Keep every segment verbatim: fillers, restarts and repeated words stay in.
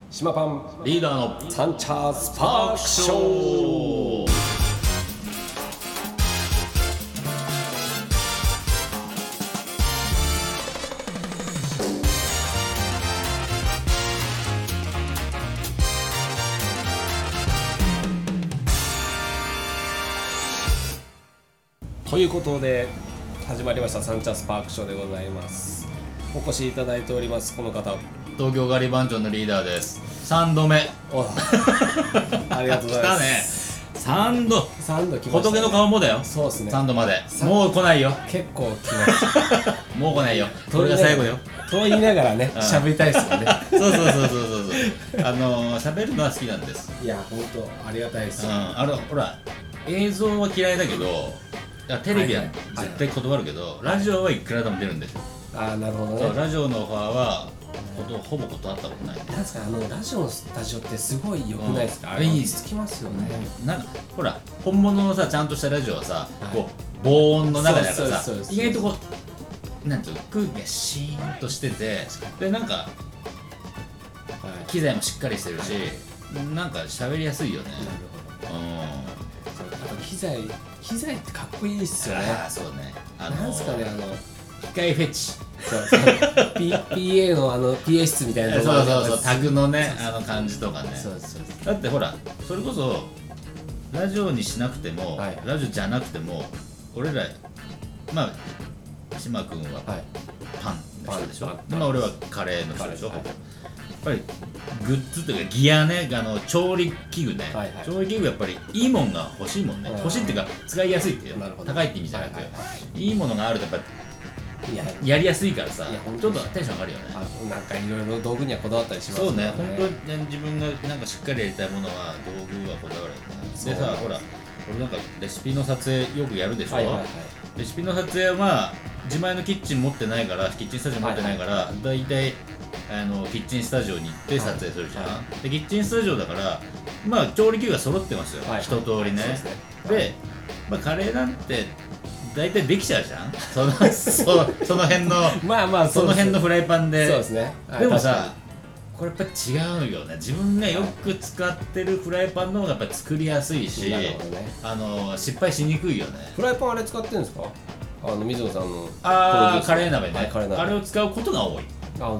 島パンリーダーのサンチャースパークショー。ということで始まりましたサンチャースパークショーでございます。お越しいただいておりますこの方、 東京ガリバン長のリーダーです。さんどめおありがとうございます。 来たね。さんどさんど来ました、ね、 仏の顔もだよ。 そうですね、 さんどまでもう来ないよ。 結構来ましたもう来ないよ。これが最後よと言いながらね、喋りたいですよねそうそうそうそうそうそうあのー、喋るのは好きなんです。 いや、ほんとありがたいですよ、 うん、あのほら映像は嫌いだけど、いやテレビは絶対断るけど、はいはい、ラジオはいくらでも出るんですよ。 ああ、なるほどね。 ラジオのオファーはほ, ほぼ断ったことない。 なんですか、あのラジオのスタジオってすごい良くないですか、うん、あれいいつきますよね、 うん、なんかほら本物のさちゃんとしたラジオはさ、はい、こう防音の中だからさ意外とこうなんていうの空気がシーンとしてて、でなんか、はい、機材もしっかりしてるし、なんか喋りやすいよね。なるほど。うん。 あと機材機材ってかっこいいっすよね。 ああ、そうね。あのー、 なんすかね、あの機械フェチ。 そうそう P、ピーエー のあの ピーエー 室みたいなところ。 そうそうそう、タグのね、あの感じとかね。 そうそうそう。 だってほら、それこそラジオにしなくても、はい、ラジオじゃなくても、俺ら、まあ島君はパンの人でしょ。はい、まあ俺はカレーの人でしょ。はい、やっぱりグッズというかギアね、あの調理器具ね、はいはい、調理器具やっぱりいいもんが欲しいもんね。欲しいっていうか使いやすいっていう、高いって意味じゃなくて、はいはい、いいものがあるとやっぱりや, やりやすいからさ、ちょっとテンション上がるよね。 なんかいろいろ道具にはこだわったりしますよね。そうね、本当に、ね、自分がなんかしっかりやりたいものは道具はこだわるよね。でさ、ほら俺なんかレシピの撮影よくやるでしょ、はいはいはい、レシピの撮影は自前のキッチン持ってないから、キッチンスタジオ持ってないから、はいはい、だいたいあのキッチンスタジオに行って撮影するじゃん、はいはい、でキッチンスタジオだからまあ調理器具が揃ってますよ、はい、一通りね。で、ね、まあ、カレーなんて大体できちゃうじゃんそのそ, その辺のまあまあ そ, その辺のフライパンで。 そうですね、 はい、でもさこれやっぱ違うよね。自分がよく使ってるフライパンの方がやっぱり作りやすいし、ね、あの失敗しにくいよね。 フライパンあれ使ってるんですか、あの水野さんのあカレー鍋ね、 はい、カレー鍋あれを使うことが多い。あ、うん、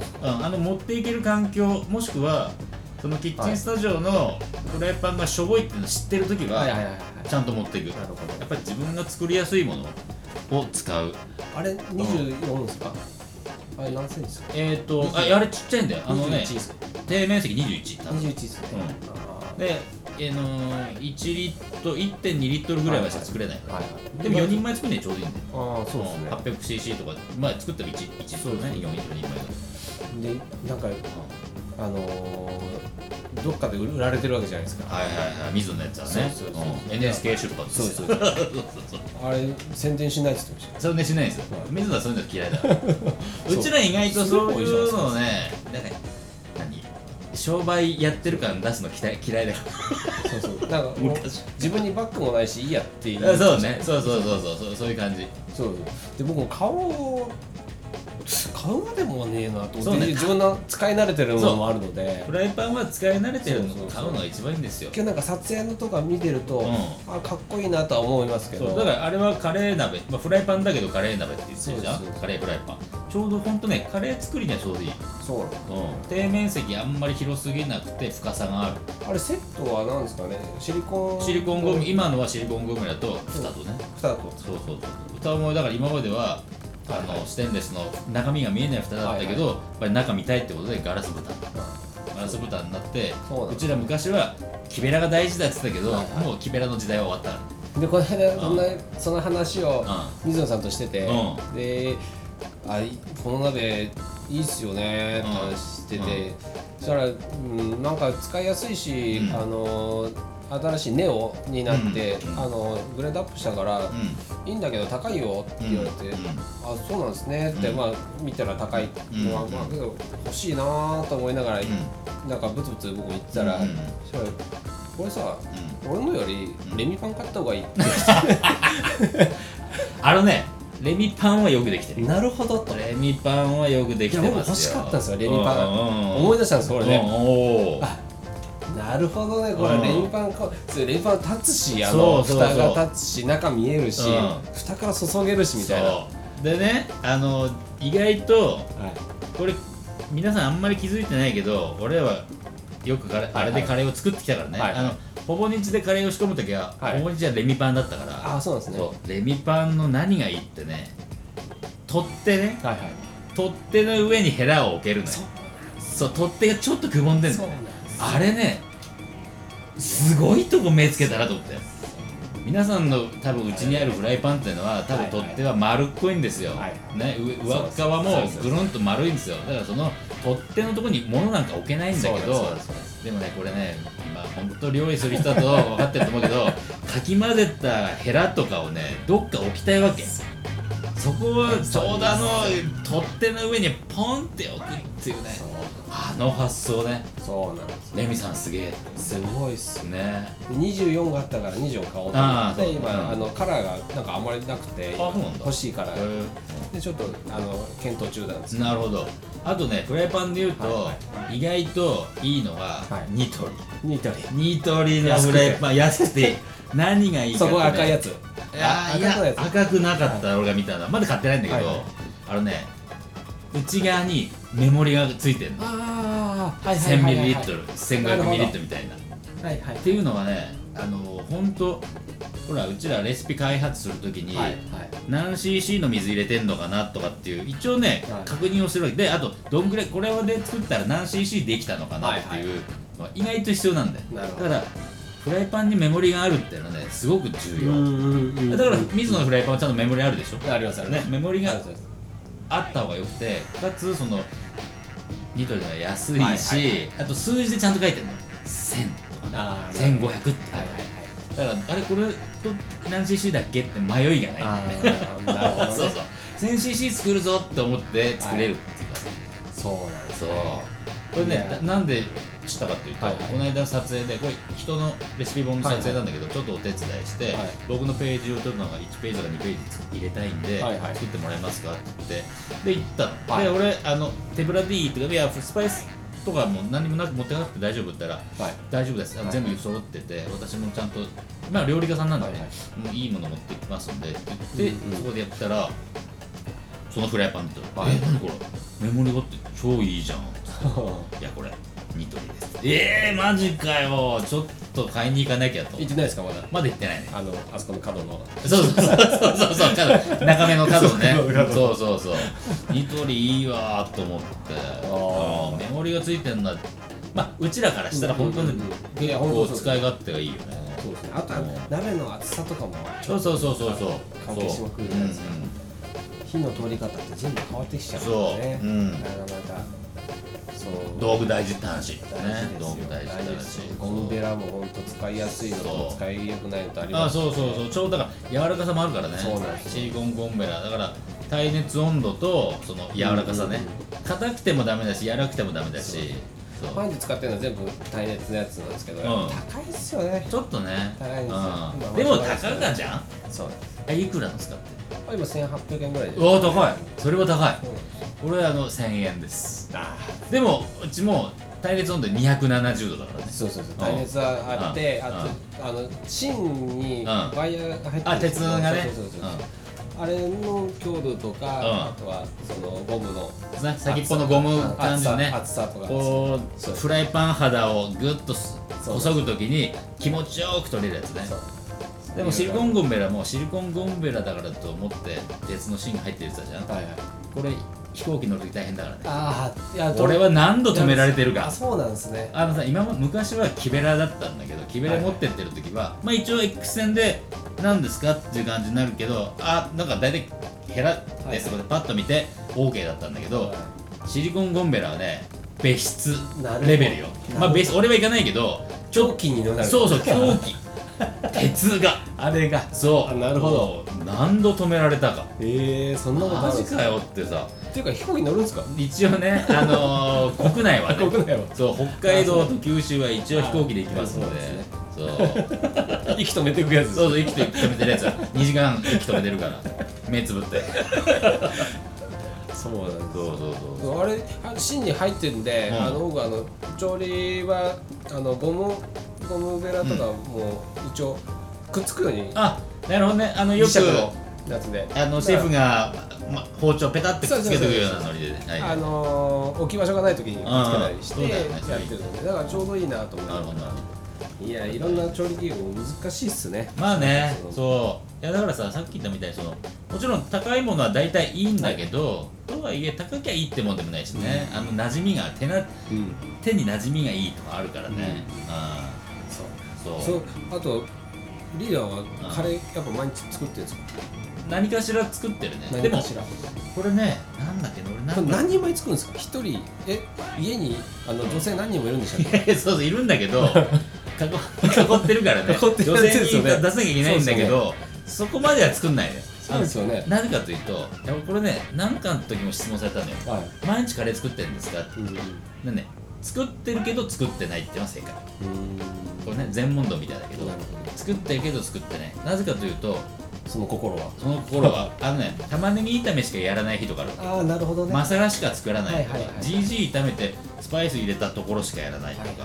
あの持っていける環境もしくはそのキッチンスタジオのフライパンがしょぼいっていうのを知ってるときはちゃんと持っていく。やっぱり自分が作りやすいものを使う。あれにじゅうよんですか、あれ何センチですか。 えっと あ, あれちっちゃいんだよ。あのね底面積にじゅういち。 にじゅういちですね、 うん、で、えー、のいちリットル いってんにリットルぐらいはしか作れないから、はいはい、でもよにんまえ作るにはちょうどいいんだよ。 ああ、そうですね。 はっぴゃくシーシー とか、まあ、作ったら いち, 1そうね、よにんまえで、なんか、あのー、どっかで売られてるわけじゃないですか。 はいはいはい、水野のやつはね。そうそうそう、うん、エヌエイチケー 出版ですよ。そうそうそうあれ宣伝しないって言ってました。 宣伝しないですよ、はい、水野はそういうの嫌いだうちら意外とそういうのね、なんか何商売やってる感出すの嫌い嫌いだよそうそう、なんか自分にバッグもないしいいやっていう。 そうね、そうそうそうそうそう、そういう感じ。 そうで、僕も顔買うまでもねえなと思って、ね、自分の使い慣れてるものもあるので、 フライパンは使い慣れてるのを買うのが一番いいんですよ。 今日なんか撮影のとか見てると、うん、あ、かっこいいなとは思いますけど。 そうだからあれはカレー鍋、まあ、フライパンだけどカレー鍋って言ってるじゃん。カレーフライパンちょうどほんとね、カレー作りにはちょうどいい。 そうなの、 うん、底面積あんまり広すぎなくて深さがある。 あれセットは何ですかね、シリコンシリコンゴム、今のはシリコンゴムだと蓋とね、 蓋とそうそうそう、蓋もだから今まではあのステンレスの中身が見えない蓋だったけど、はいはい、やっぱり中見たいってことでガラス蓋、ガラス蓋になって、うちら昔は木べらが大事だって言ってたけど、はいはい、もう木べらの時代は終わったから。 でこの間そんな、うん、その話を水野さんとしてて、うん、で、あ、この鍋いいっすよねって話してて、うん、そしたら、うん、なんか使いやすいし、うん、あの新しいネオになって、うん、あのグレードアップしたから、うん、いいんだけど高いよって言われて、うん、あ、そうなんですねって、うん、まあ見たら高いのは、うん、まあけど欲しいなと思いながら、うん、なんかブツブツ僕も言ってたら、うん、それこれさ、うん、俺のよりレミパン買った方がいいってあのね、 レミパンはよくできてる。 なるほどと。 レミパンはよくできてますよ。 いや僕欲しかったんですよレミパン、 うんうんうん、 思い出したんですこれね、 うん、おあなるほどね、これ、 うん、 レミパンかレミパン立つし、あのそうそうそう蓋が立つし、中見えるし、うん、蓋から注げるしみたいな。 でね、あの意外と、はい、これ皆さんあんまり気づいてないけど、俺はよくあれ、あれでカレーを作ってきたからね、はいはい、あのほぼ日でカレーを仕込むときは、はい、ほぼ日はレミパンだったから。 あ、そうなんですね。 そうレミパンの何がいいってね、取っ手ね、はいはい、取っ手の上にヘラを置けるのよ。そう、取っ手がちょっとくぼんでんのね。あれね、すごいとこ目つけたなと思って。皆さんの多分うちにあるフライパンっていうのは多分取っ手は丸っこいんですよ、ね、上側もぐるんと丸いんですよ。だからその取っ手のところに物なんか置けないんだけど、でもねこれね、まあ本当料理する人だと分かってると思うけど、かき混ぜたヘラとかをねどっか置きたいわけ。そこをちょうどあの取っ手の上にポンって置くっていうね、あの発想ね。そうなんです。レミさんすげえ。 すごいっすね。 にじゅうよんがあったからにじゅうよん買おうと思って今、うん、あのカラーがなんかあんまりなくて欲しいからでちょっとあの検討中なんです。 なるほど。あとねフライパンでいうと、はいはい、意外といいのは、はい、ニトリ。 ニトリ。 ニトリのフライパン安くて何がいいかって、ね、 そこ赤いやつ。 いやいや赤くなかった、はい、俺が見たのはまだ買ってないんだけど、はいはい、あのね内側にメモリがついてるの。ああ、せんミリリットル、せんごひゃくミリリットルみたいな。はいはい。っていうのはね、あの本当ほらうちらレシピ開発するときに、はいはい、何 シーシー の水入れてんのかなとかっていう一応ね、はい、確認をするわけで、あとどんぐらいこれで作ったら何 シーシー できたのかなっていうのは意外と必要なんだよ。なるほど。だからフライパンにメモリがあるっていうのはねすごく重要。だから水野のフライパンはちゃんとメモリあるでしょ。 ありますよね。 メモリがあった方がよくて、かつそのニトリのは安いし、はいはい、あと数字でちゃんと書いてるの。せんとかね、せんごひゃくって書いてある。だからあれこれと何 シーシー だっけって迷いがないんだよね。なるほどね。そうそう。せんシーシー 作るぞって思って作れるっていうか、はい、そうなんですね。これね、なんで知ったかっていうと、はいはい、この間撮影でこれ人のレシピ本の撮影なんだけど、はいはい、ちょっとお手伝いして、はい、僕のページをちょっとなんかいちページとかにページ入れたいんで、はいはい、作ってもらえますかって言ってで行ったの、はい、で俺あの手ぶらでいいって言うか、いやスパイスとかも何もなく持ってかなくて大丈夫って言ったら、はい、大丈夫です、はい、全部揃ってて私もちゃんとまあ料理家さんなんでね、はいはい、もういいもの持ってきますんでって言って、うんうん、そこでやったらそのフライパンで「はい、え何これメモリがって超いいじゃん」いやこれニトリです。えーマジかよ、ちょっと買いに行かなきゃと。 行ってないですかまだ。 まだ行ってないね。 あのあそこの角の。 そうそうそうそうそう角中目の角ね。そうそうそう。ニトリいいわーと思って。あメモリがついてんだ。まあうちらからしたら本当に結構使い勝手がいいよね。 そうですね。あとは鍋の厚さとかもそうそうそうそうそう関係してくるじゃないですか。火の通り方って全部変わってきちゃうからね。そう。なかなか。 道具大事って話ね。道具大事って話。ゴムベラも本当使いやすいのと使いよくないのとあります。 あ、そうそうそう。ちょうどだから柔らかさもあるからね。そうなんです。シリコンゴムベラだから耐熱温度とその柔らかさね。硬くてもダメだし柔らかくてもダメだし。 パンチ使ってるのは全部耐熱のやつなんですけど、高いですよね。 ちょっとね。 高いんですよ。 でも高かじゃん。 そう。 えいくらの使って？ 今せんはっぴゃくえんぐらいで。 おお高い。それは高い。俺はあのせんえんです。でもうちも耐熱温度にひゃくななじゅうどだからね。 そうそうそう。耐熱はあって、あとあの芯にワイヤーが入ってる。 あ鉄がね。 そうそうそう。あれの強度とか、あとはそのゴムの先っぽのゴム感じね。 厚さとか。 こうフライパン肌をぐっとこそぐときに気持ちよく取れるやつね。でもシリコンゴムベラもシリコンゴムベラだからと思って鉄の芯が入ってるやつじゃん。はいはい。これ飛行機乗るとき大変だからね。ああ、いや俺は何度止められてるか。 あ、そうなんですね。 あのさ、今も昔は木べらだったんだけど、木べら持ってってるときは、まあ一応 X 線で何ですかっていう感じになるけど、あ、なんか大体ヘラでそこでパッと見て OK だったんだけど、シリコンゴムベラはね、別室レベルよ。まあ別俺はいかないけど、 狂気になる。 そうそう、狂気。鉄があれがそうなるほど何度止められたか。 ええそんなことあるんですか。 マジかよってさ。 っていうか飛行機乗るんですか。 一応ねあのー、国内はね国内はそう北海道と九州は一応飛行機で行きますので、そう息止めていくやつ。 そうそう息止めてるやつはにじかん息止めてるから目つぶってそうなんです。 そうそうそうあれ芯に入ってるんで、うん、あの僕あの調理はあのゴムゴムベラとかも一応くっつくように、うん、 あなるほどねあのよくやつであのシェフが、ま、包丁ペタってくっつけてくるようなノリで、はい、 あのー、置き場所がない時にくっつけたりしてやってるので、だからちょうどいいなと思います。いやいろんな調理器具難しいっすね。 まあねそういやだからささっき言ったみたいにそのもちろん高いものは大体いいんだけど、はい、とはいえ高きゃいいってもんでもないしね、うん、あの馴染みが手な、うん、手に馴染みがいいとかあるからね、うん、あそうそうあとリーダーはカレーやっぱ毎日作ってるんですか？ 何かしら作ってるね。でもこれねなんだっけ俺何何人前作るんですか？一人え家にあの女性何人もいるんでしたっけ？ そうそういるんだけど囲ってるからね女性に出さなきゃいけないんだけどそこまでは作んないね。 そうですよね。 なぜかというとこれね何かの時も質問されたのよ、はい、毎日カレー作ってるんですかって、うん、でね作ってるけど作ってないっていうのは正解。これね全問答みたいだけど作ってるけど作ってない。なぜかというとその心はその心はあのね玉ねぎ炒めしかやらない日とかある。 ああなるほどね。 マサラしか作らないとか、ジージー 炒めてスパイス入れたところしかやらないとか、はいはい、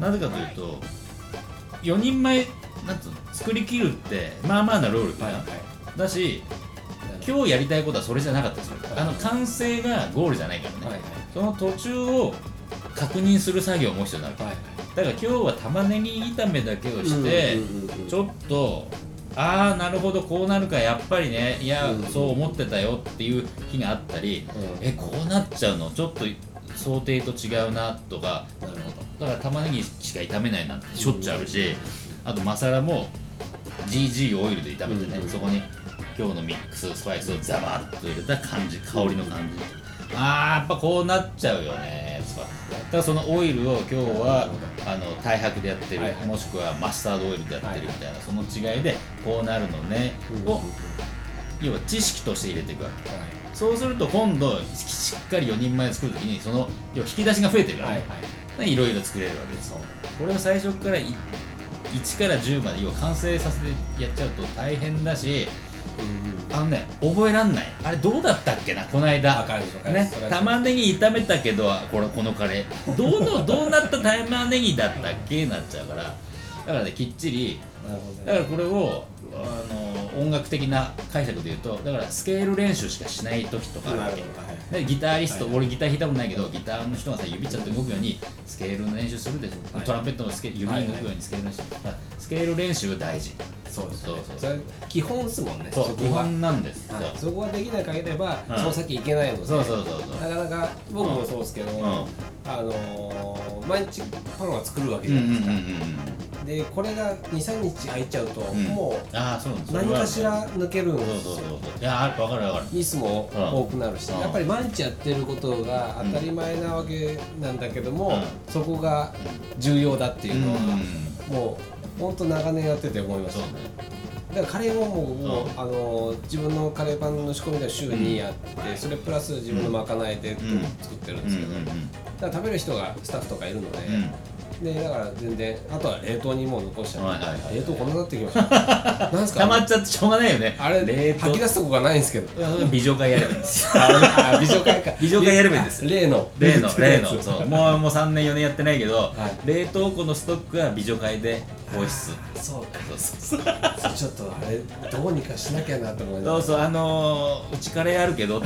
なぜかというとよにんまえなんつうの作り切るってまあまあな労力だ、はいはい、だし今日やりたいことはそれじゃなかったですよ。あの完成がゴールじゃないからね、はいはい、その途中を確認する作業も必要になる、はいはい、だから今日は玉ねぎ炒めだけをしてちょっとああなるほどこうなるかやっぱりねいや、うん、そう思ってたよっていう日があったり、うん、えこうなっちゃうのちょっと想定と違うなとか、なるほどだから玉ねぎしか炒めないなんてしょっちゅうあるし、うん、あとマサラも ジージー オイルで炒めてね、うん、そこに今日のミックススパイスをザバッと入れた感じ香りの感じ、あーやっぱこうなっちゃうよねとか、だからそのオイルを今日はあの太白でやってる、はいはい、もしくはマスタードオイルでやってるみたいな、はい、その違いでこうなるのね、うん、を要は知識として入れていくわけ、はい、そうすると今度しっかりよにんまえ作るときにその要は引き出しが増えてるからね、はいはい、いろいろ作れるわけですよ。これを最初からいちからじゅうまで要は完成させてやっちゃうと大変だし、うん、あのね覚えらんない。あれどうだったっけなこの間ね、玉ねぎ炒めたけどこれこのカレーどうのどうなった玉ねぎだったっけなっちゃうから、だからねきっちりだからこれをあの音楽的な解釈で言うとだからスケール練習しかしない時とかあるわけで、ギタリスト、はい、俺ギター弾いたことないけどギターの人がさ指ちゃって動くようにスケールの練習するでしょ、はい、トランペットのスケ指動くようにスケール練習、はいはい、スケール練習大事。 そうですね、そうそうそれ基本ですもんね。 そう基本なんです、 はい、そこができなければ、うん、その先行けないので、 そうそうそうそうなかなか僕もそうですけど、うん、あのー、毎日パンは作るわけじゃないですか、うんうんうんうん、でこれがにさんにち空いちゃうと、うん、もう何かしら抜けるんですよ。そうそうそうそういや分かる分かる。ミスも多くなるし、うん、やっぱり毎日やってることが当たり前なわけなんだけども、うん、そこが重要だっていうのは、うん、もう本当長年やってて思いましたね。だからカレーももう、もうあの自分のカレーパンの仕込みで週にやって、それプラス自分のまかないで作ってるんですけど、だから食べる人がスタッフとかいるので、でだから全然あとは冷凍にもう残しちゃう、冷凍こんなになってきました。なんすか溜まっちゃってしょうがないよね。 あれ吐き出すとこがないんですけど、 美女会やればいいんですよ。 美女会か美女会やればいいんです。 例の例の例のそうもうもうさんねんよねんやってないけど、冷凍庫のストックは美女会で放出。 そうかそうそうちょっとあれどうにかしなきゃなと思いそうそうあのうちカレーあるけど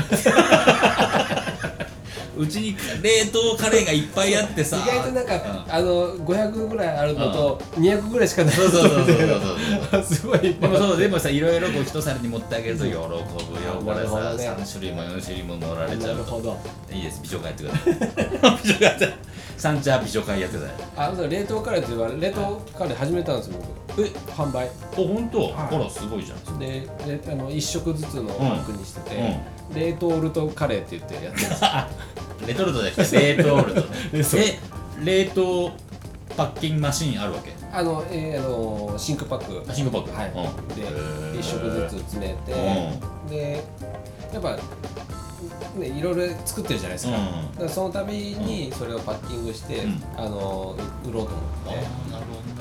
うちに冷凍カレーがいっぱいあってさ意外となんか、うん、あのごひゃくぐらいあるのと、うん、にひゃくぐらいしかないそうそうそうそうそうすごいでもそうでもさいろいろこう一皿に持ってあげると喜ぶよこれさ、ね、さんしゅるいもよんしゅるいも乗られちゃうと。なるほどいいです美女会やってください美女会やってサンチャー美女会やってください。 あの冷凍カレーって言われ冷凍カレー始めたんですよ僕。え販売お本当、はい、ほらすごいじゃん。 でであのいっ食ずつのパックにしてて、うんうん、冷凍ルトカレーって言ってやってるんですよレトルトじゃなくて冷凍ルトえ冷凍パッキングマシーンあるわけ。 あの、えー、あの真空パック真空パックはい、うん、でいっ食ずつ詰めて、うん、でやっぱね、いろいろ作ってるじゃないですか、うん、だからその度にそれをパッキングして、うん、あの売ろうと思って、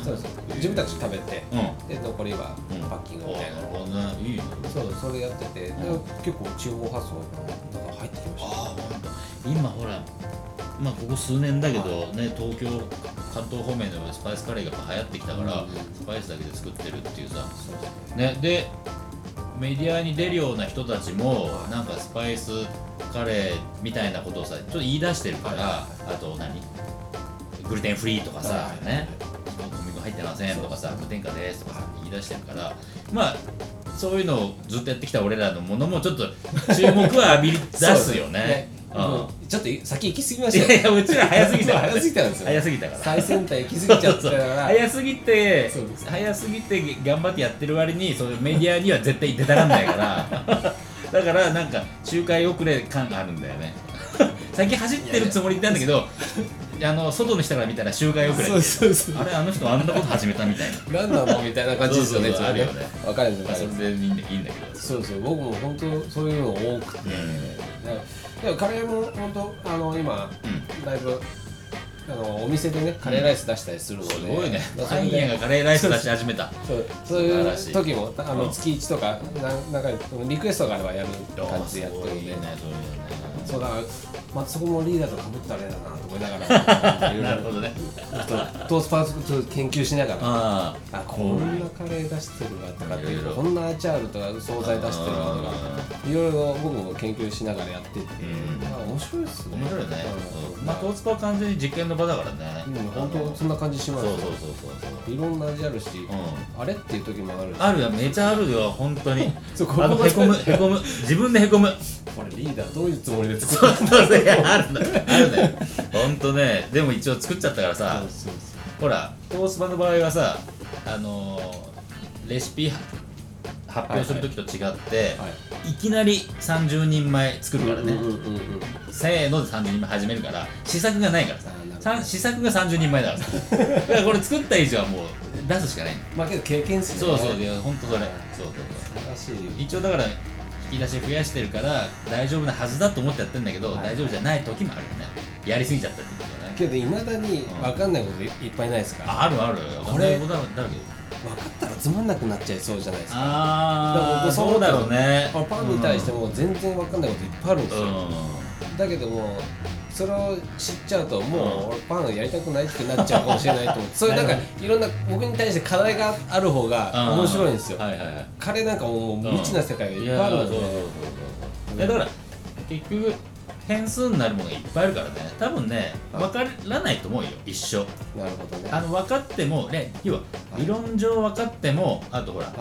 そうそう自分たち食べて、 うん、 で残りはパッキングみたいな、 うん、なるほどね、いいね。 そうそれやってて、で結構地方発送なんか入ってきました、ね、 ああ今ほらまあここ数年だけどね、東京関東方面でもスパイスカレーが流行ってきたから、うん、スパイスだけで作ってるっていうさ、そうね、でメディアに出るような人たちもなんかスパイスカレーみたいなことをさちょっと言い出してるから、あと何グルテンフリーとかさ、ね、小麦粉入ってませんとかさ、無添加ですとかさ言い出してるから、まあそういうのをずっとやってきた俺らのものもちょっと注目は浴び出すよね。 うん、ちょっと先行き過ぎましたよ。 いやいやうちら早すぎたから、ね、 早すぎたんですよ。 早すぎたから最先端行き過ぎちゃったから早すぎて早すぎて頑張ってやってる割にそういうメディアには絶対出たがんないからだからなんか周回遅れ感があるんだよね先走ってるつもりなんだけどあの外の人から見たら周回遅れって、そうそうそうあれあの人あんなこと始めたみたいな何なのみたいな感じですよね。 そうそうそうあるよね。 分かるんですよ。それでいいんだいいんだけど。 そうそう僕も本当そういうの多くて、でもカレーも本当あの今、うん、だいぶあのお店でねカレーライス出したりするので、うん、すごいね。パン屋がカレーライス出し始めた。 そうそういう時もあの月いちとかななんかリクエストがあればやる感じでやってるんで、そうだからまあそこもリーダーとかぶったらあれだなと思いながらなるほどね。 トースパーツ研究しながらああこんなカレー出してるわとかっていうこんなアチャールとか惣菜出してるわとかいろいろ僕も研究しながらやってて、まあ面白いですね。 面白いね。まあトースパは完全に実験の場だからね。 うん本当そんな感じします。 そうそうそうそういろんな味あるし、あれっていう時もある。 あるよめちゃあるよ本当に。あのへこむへこむ自分でへこむ。 これリーダーどういうつもりで作ったの？そうそういやあるんだあるんだよ。本当ねでも一応作っちゃったからさ、ほらトースパの場合はさあのレシピ発表する時と違っていきなりさんじゅうにんまえ作るからね。せーのでさんじゅうにんまえ始めるから試作がないからさ試作がさんじゅうにんまえだからさだからこれ作った以上はもう出すしかない。 まあけど経験するね。 そうそういや本当それそうそうそう一応だから引き出し増やしてるから大丈夫なはずだと思ってやってるんだけど、はい、大丈夫じゃない時もあるよね。やりすぎちゃったってことね。 けどいまだに分かんないこといっぱいないですか。 あるあるこれ分かったらつまんなくなっちゃいそうじゃないですか。 ああそうだろうね。 パンに対しても全然分かんないこといっぱいあるんですよ、うん、だけどもそれを知っちゃうともう俺パンやりたくないってなっちゃうかもしれないと思ってそういうなんかいろんな僕に対して課題がある方が面白いんですよ。カレーなんかもう未知な世界がいっぱいあるので、 だから結局変数になるものがいっぱいあるからね多分ね分からないと思うよ一生。 なるほどね。 あの分かってもね要は理論上分かってもあとほら、はい、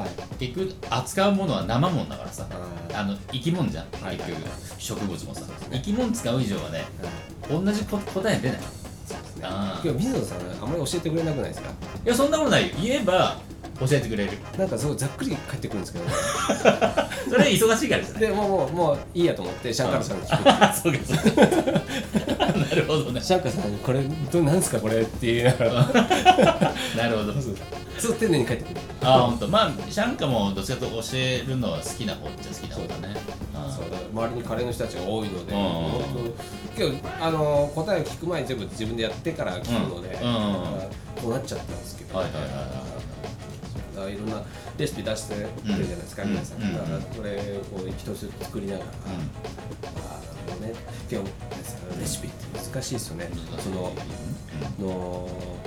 結局扱うものは生もんだからさあの生き物じゃん、はい、結局植物もさ、ね、生き物使う以上はね、はい、同じ答え出ない。 そうですね。今日水野さんあんまり教えてくれなくないですか。 いやそんなことないよ言えば教えてくれる。 なんかすごいざっくり返ってくるんですけど、ね、 それ忙しいからじゃない。 でもうもうもういいやと思ってシャンカルさんに聞く。 そうかそうか。なるほどね。 シャンカルさんにこれどなんですかこれって言いながら。 なるほど。 そう丁寧に返ってくる。 ああ本当。まあシャンカもどっちかと教えるのは好きな方っちゃ好きな方だね。 そうだ周りにカレーの人たちが多いので、今日あの答えを聞く前に全部自分でやってから聞くので、こうなっちゃったんですけど。はいはいはい。いろんなレシピ出してくれるじゃないですか、皆さん。だからそれを一つ作りながら、ああなるほどね。今日レシピって難しいですよね。そのの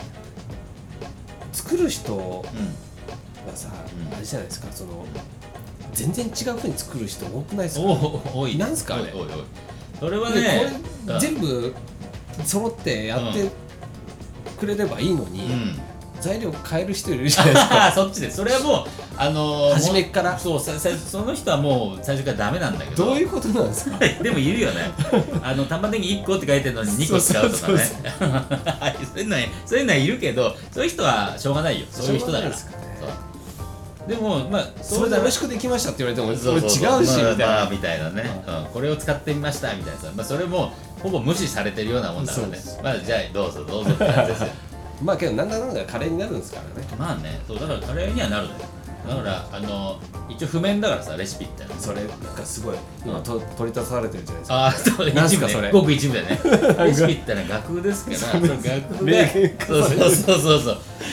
作る人がさ、あれじゃないですか、その全然違う風に作る人多くないですか。 多い。 なんすかあれ。 それはね、 これ全部揃ってやってくれればいいのに。材料変える人いるじゃないですか。 そっちでそれはもうあのー、 初めからそうさその人はもう最初からダメなんだけど。 どういうことなんですか。 でもいるよね。あの玉ねぎいっこって書いてるのににこ使うとかね。そういうのはそういうのはいるけどそういう人はしょうがないよ。そういう人だから。でもまあそれで美味しくできましたって言われてもそれ違うしみたいなみたいなね。これを使ってみましたみたいなさ。まあそれもほぼ無視されてるようなもんだからね。まあじゃあどうぞどうぞって感じですよ。 まあけどなんだなんだカレーになるんですからね。 まあね、そうだからカレーにはなるんだよ。だからあの一応譜面だからさレシピって。 それなんかすごい今と取り出されてるじゃないですか。 ああそう一部ね。ごく一部だね。レシピってのは楽譜ですから。その楽譜で。そうそうそうそうそう。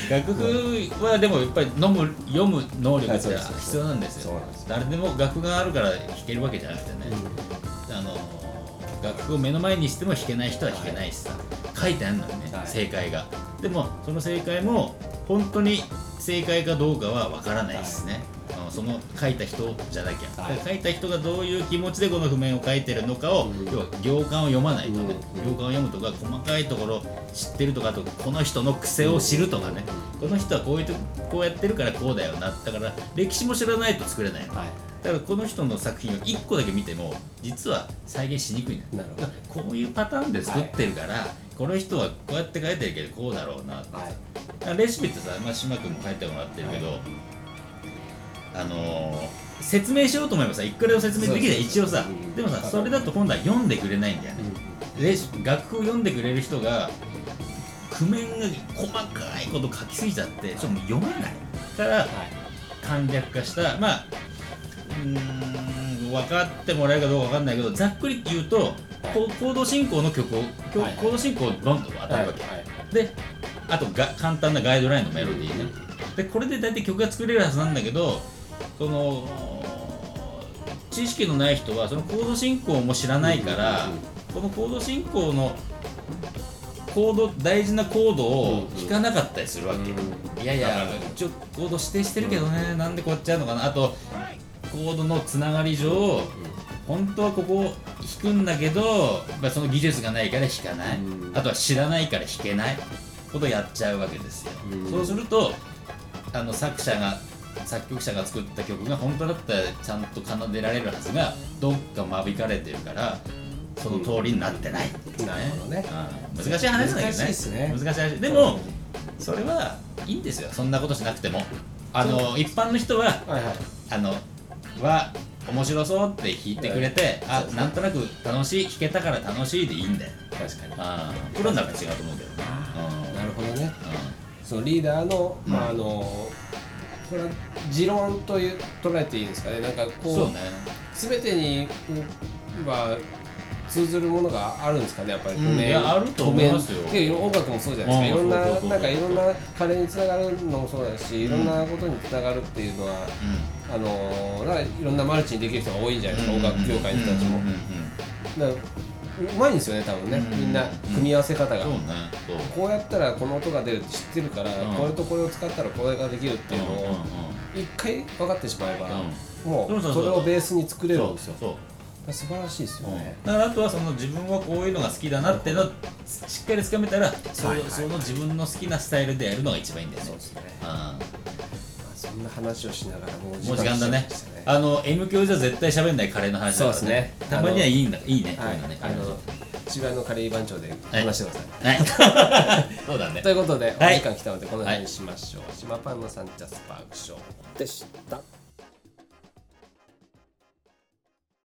楽譜はでもやっぱり飲む読む能力って必要なんですよ。誰でも楽譜があるから弾けるわけじゃなくてね、うん、あの楽譜を目の前にしても弾けない人は弾けないしさ、書いてあるのにね、はい、正解が。でもその正解も本当に正解かどうかは分からないですね、はい、その書いた人じゃなきゃ、はい、書いた人がどういう気持ちでこの譜面を書いてるのかを、うん、要は行間を読まないとね、うん、行間を読むとか細かいところ知ってるとか、あとこの人の癖を知るとかね、うん、この人はこういうとこうやってるからこうだよな、だから歴史も知らないと作れないの、はい、だからこの人の作品をいっこだけ見ても実は再現しにくいの。なるほど。こういうパターンで作ってるから、はい、この人はこうやって書いてるけどこうだろうなって、はい、レシピってさ、まあ、島君も書いてもらってるけど、はい、あのー、説明しようと思えばさいくらでも説明できない一応さ、でもさそれだと今度は読んでくれないんだよね、うん、レシ楽譜を読んでくれる人が譜面が細かいこと書きすぎちゃってちょっと読めないから、はい、簡略化したまあうーん分かってもらえるかどうか分かんないけど、ざっくり言うと、はい、コード進行の曲を、はい、コード進行をドンと当たるわけ、はいはい、であとが簡単なガイドラインのメロディーね、でこれで大体曲が作れるはずなんだけど、その知識のない人はそのコード進行も知らないから、このコード進行のコード大事なコードを弾かなかったりするわけ、うん、いやいや一応コード指定してるけどね、うん、なんでこっちやるのかな、あとコードのつながり上、うん、本当はここを弾くんだけど、まあ、その技術がないから弾かない、うん、あとは知らないから弾けないことをやっちゃうわけですよ、うん、そうするとあの作者が作曲者が作った曲が本当だったらちゃんと奏でられるはずがどっか間引かれてるからその通りになってないっていうね、なるほどね、うん、難しい話だけどね、難しいですね、難しい話でもそれはいいんですよ、そんなことしなくても。あの一般の人は、はいはい、あのは面白そうって弾いてくれて、はい、あなんとなく楽しい弾けたから楽しいでいいんだよ。確かにあプロになると違うと思うけどね、うん、なるほどね、うん、そのリーダーの、うん、まああのこれは持論という捉えていいんですかね、なんかこうそうね全てには通ずるものがあるんですかね、やっぱり、うん、いやあると思いますよ。で音楽もそうじゃないですか、いろんななんかいろんなカレーにつながるのもそうだし、いろんなことにつながるっていうのは、うん、あのだからいろんなマルチにできる人が多いんじゃないですか、うん、音楽業界の人たちも。だからうまいんですよね多分ね、うん、みんな組み合わせ方が、うん、こうやったらこの音が出るって知ってるから、うん、これとこれを使ったらこれができるっていうのを一回分かってしまえば、うん、もうそれをベースに作れるんですよ。そうそう素晴らしいですよね、うん、だからあとはその自分はこういうのが好きだなっていうのをしっかりつかめたら、そ, はいはい、その自分の好きなスタイルでやるのが一番いいんだよね。そうですね、あそんな話をしながらもう時間だね。あの M 教じゃ絶対喋んないカレーの話だからね。そうですね、たまにはいいんだ、いいね、こういうのね。あの千葉のカレー番長で話してください。はい、そうだね。ということでお時間来たのでこの辺にしましょう。島パンのサンチャスパークショーでした。